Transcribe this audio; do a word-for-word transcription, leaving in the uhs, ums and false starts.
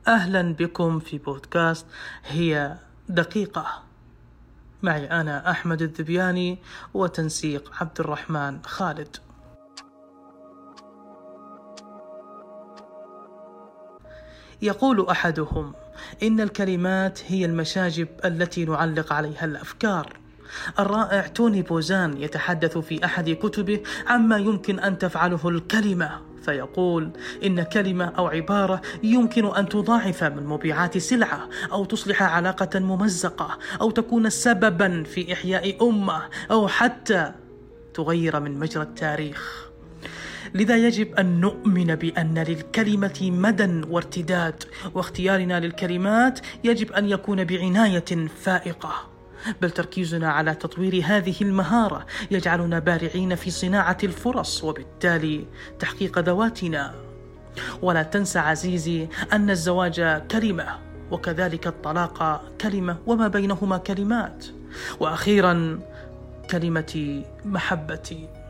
أهلا بكم في بودكاست هي دقيقة، معي أنا أحمد الذبياني وتنسيق عبد الرحمن خالد. يقول أحدهم إن الكلمات هي المشاجب التي نعلق عليها الأفكار. الرائع توني بوزان يتحدث في أحد كتبه عما يمكن أن تفعله الكلمة، فيقول إن كلمة أو عبارة يمكن أن تضاعف من مبيعات سلعة، أو تصلح علاقة ممزقة، أو تكون سببا في إحياء أمة، أو حتى تغير من مجرى التاريخ. لذا يجب أن نؤمن بأن للكلمة مدى وارتداد، واختيارنا للكلمات يجب أن يكون بعناية فائقة، بل تركيزنا على تطوير هذه المهارة يجعلنا بارعين في صناعة الفرص وبالتالي تحقيق ذواتنا. ولا تنسى عزيزي أن الزواج كلمة، وكذلك الطلاق كلمة، وما بينهما كلمات. وأخيرا كلمتي محبتي.